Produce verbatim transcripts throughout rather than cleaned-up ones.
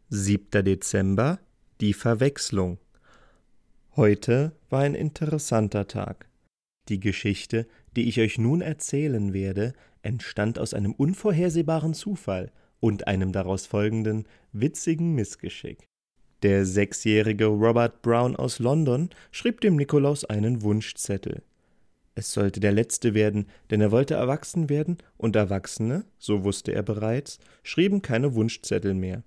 siebter Dezember, die Verwechslung. Heute war ein interessanter Tag. Die Geschichte, die ich euch nun erzählen werde, entstand aus einem unvorhersehbaren Zufall und einem daraus folgenden witzigen Missgeschick. Der sechsjährige Robert Brown aus London schrieb dem Nikolaus einen Wunschzettel. Es sollte der letzte werden, denn er wollte erwachsen werden, und Erwachsene, so wusste er bereits, schrieben keine Wunschzettel mehr.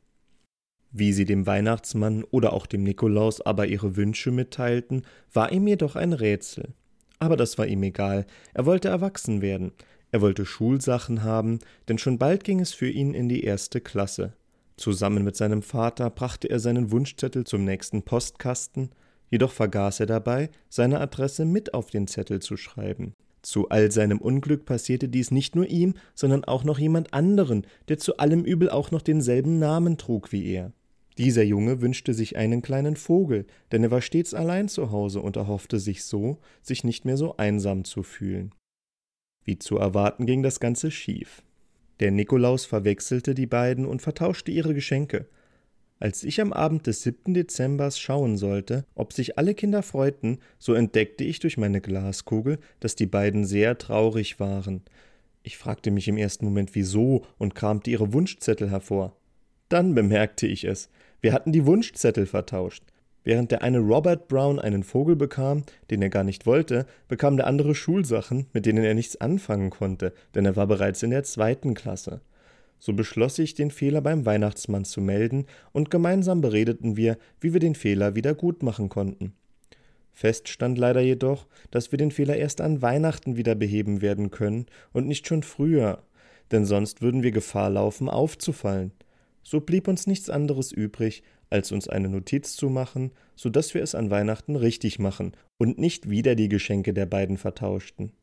Wie sie dem Weihnachtsmann oder auch dem Nikolaus aber ihre Wünsche mitteilten, war ihm jedoch ein Rätsel. Aber das war ihm egal, er wollte erwachsen werden. Er wollte Schulsachen haben, denn schon bald ging es für ihn in die erste Klasse. Zusammen mit seinem Vater brachte er seinen Wunschzettel zum nächsten Postkasten, jedoch vergaß er dabei, seine Adresse mit auf den Zettel zu schreiben. Zu all seinem Unglück passierte dies nicht nur ihm, sondern auch noch jemand anderen, der zu allem Übel auch noch denselben Namen trug wie er. Dieser Junge wünschte sich einen kleinen Vogel, denn er war stets allein zu Hause und erhoffte sich so, sich nicht mehr so einsam zu fühlen. Wie zu erwarten ging das Ganze schief. Der Nikolaus verwechselte die beiden und vertauschte ihre Geschenke. Als ich am Abend des siebten Dezembers schauen sollte, ob sich alle Kinder freuten, so entdeckte ich durch meine Glaskugel, dass die beiden sehr traurig waren. Ich fragte mich im ersten Moment wieso und kramte ihre Wunschzettel hervor. Dann bemerkte ich es. Wir hatten die Wunschzettel vertauscht. Während der eine Robert Brown einen Vogel bekam, den er gar nicht wollte, bekam der andere Schulsachen, mit denen er nichts anfangen konnte, denn er war bereits in der zweiten Klasse. So beschloss ich, den Fehler beim Weihnachtsmann zu melden, und gemeinsam beredeten wir, wie wir den Fehler wieder gut machen konnten. Fest stand leider jedoch, dass wir den Fehler erst an Weihnachten wieder beheben werden können und nicht schon früher, denn sonst würden wir Gefahr laufen, aufzufallen. So blieb uns nichts anderes übrig, als uns eine Notiz zu machen, so dass wir es an Weihnachten richtig machen und nicht wieder die Geschenke der beiden vertauschten.